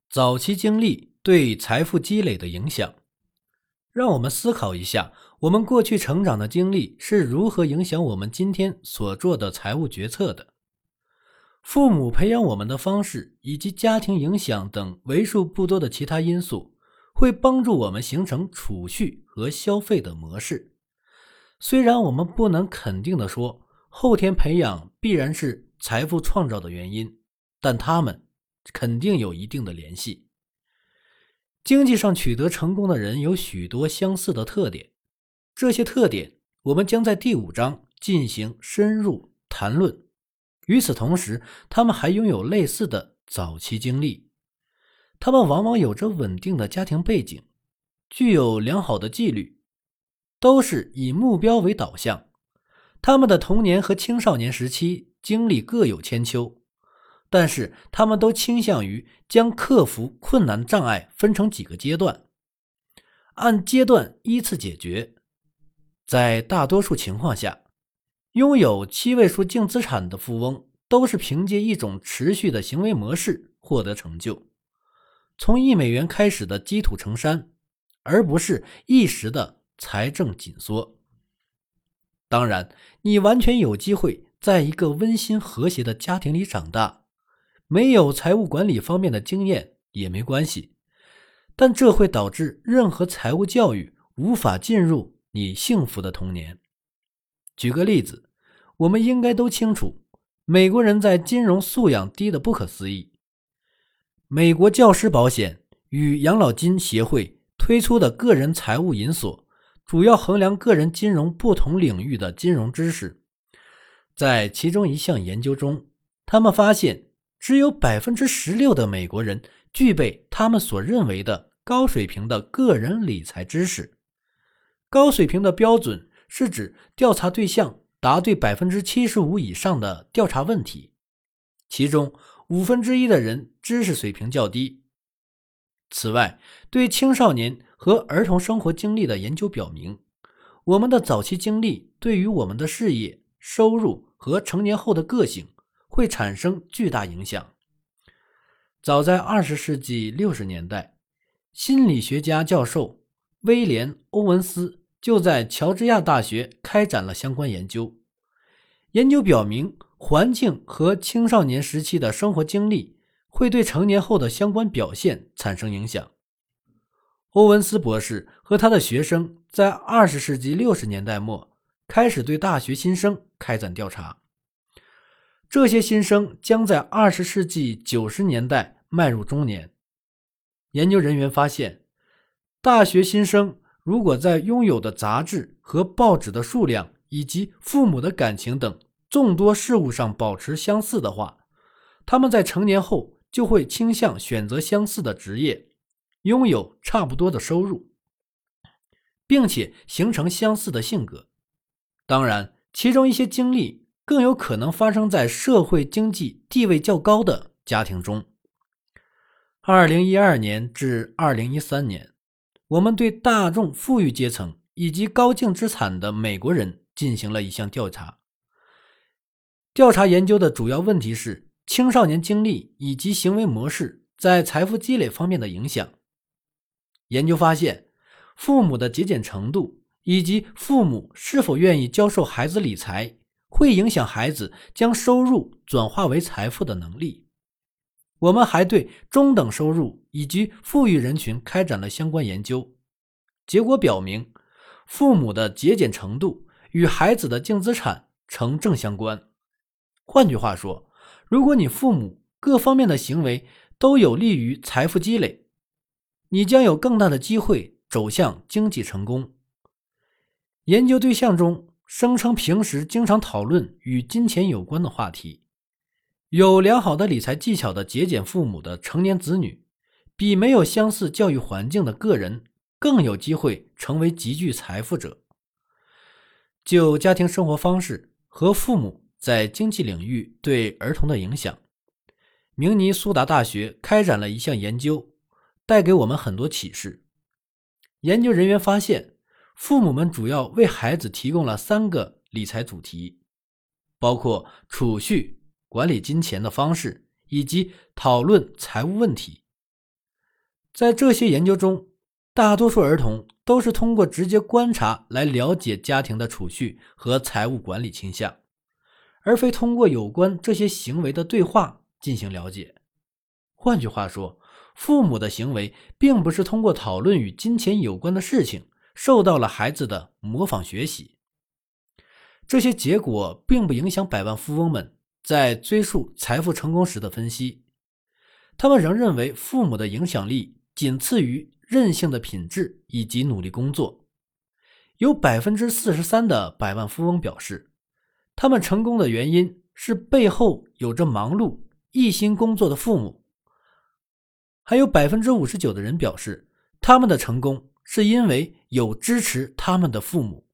早期经历对财富积累的影响。让我们思考一下，我们过去成长的经历是如何影响我们今天所做的财务决策的。父母培养我们的方式以及家庭影响等为数不多的其他因素，会帮助我们形成储蓄和消费的模式。虽然我们不能肯定地说后天培养必然是财富创造的原因，但它们肯定有一定的联系。经济上取得成功的人有许多相似的特点，这些特点我们将在第5章进行深入谈论。与此同时，他们还拥有类似的早期经历，他们往往有着稳定的家庭背景，具有良好的纪律，都是以目标为导向。他们的童年和青少年时期经历各有千秋，但是他们都倾向于将克服困难障碍分成几个阶段，按阶段依次解决。在大多数情况下，拥有7位数净资产的富翁都是凭借一种持续的行为模式获得成就，从$1开始的积土成山，而不是一时的财政紧缩。当然，你完全有机会在一个温馨和谐的家庭里长大，没有财务管理方面的经验也没关系，但这会导致任何财务教育无法进入你幸福的童年。举个例子，我们应该都清楚，美国人在金融素养低的不可思议。美国教师保险与养老金协会推出的个人财务银锁，主要衡量个人金融不同领域的金融知识。在其中一项研究中，他们发现只有 16% 的美国人具备他们所认为的高水平的个人理财知识。高水平的标准是指调查对象答对 75% 以上的调查问题，其中1/5的人知识水平较低。此外，对青少年和儿童生活经历的研究表明，我们的早期经历对于我们的事业、收入和成年后的个性会产生巨大影响。早在20世纪60年代，心理学家教授威廉·欧文斯就在乔治亚大学开展了相关研究。研究表明，环境和青少年时期的生活经历会对成年后的相关表现产生影响。欧文斯博士和他的学生在20世纪60年代末开始对大学新生开展调查，这些新生将在20世纪90年代迈入中年。研究人员发现，大学新生如果在拥有的杂志和报纸的数量以及父母的感情等众多事物上保持相似的话，他们在成年后就会倾向选择相似的职业，拥有差不多的收入，并且形成相似的性格。当然，其中一些经历更有可能发生在社会经济地位较高的家庭中。2012年至2013年，我们对大众富裕阶层以及高净资产的美国人进行了一项调查。调查研究的主要问题是青少年经历以及行为模式在财富积累方面的影响。研究发现，父母的节俭程度以及父母是否愿意教授孩子理财，会影响孩子将收入转化为财富的能力。我们还对中等收入以及富裕人群开展了相关研究，结果表明，父母的节俭程度与孩子的净资产呈正相关。换句话说，如果你父母各方面的行为都有利于财富积累，你将有更大的机会走向经济成功。研究对象中声称平时经常讨论与金钱有关的话题，有良好的理财技巧的节俭父母的成年子女，比没有相似教育环境的个人更有机会成为极具财富者。就家庭生活方式和父母在经济领域对儿童的影响，明尼苏达大学开展了一项研究，带给我们很多启示。研究人员发现，父母们主要为孩子提供了3个理财主题，包括储蓄、管理金钱的方式以及讨论财务问题。 在这些研究中，大多数儿童都是通过直接观察来了解家庭的储蓄和财务管理倾向，而非通过有关这些行为的对话进行了解。换句话说，父母的行为并不是通过讨论与金钱有关的事情，受到了孩子的模仿学习。这些结果并不影响百万富翁们在追溯财富成功时的分析，他们仍认为父母的影响力仅次于韧性的品质以及努力工作。有 43% 的百万富翁表示，他们成功的原因是背后有着忙碌一心工作的父母。还有 59% 的人表示，他们的成功是因为有支持他们的父母。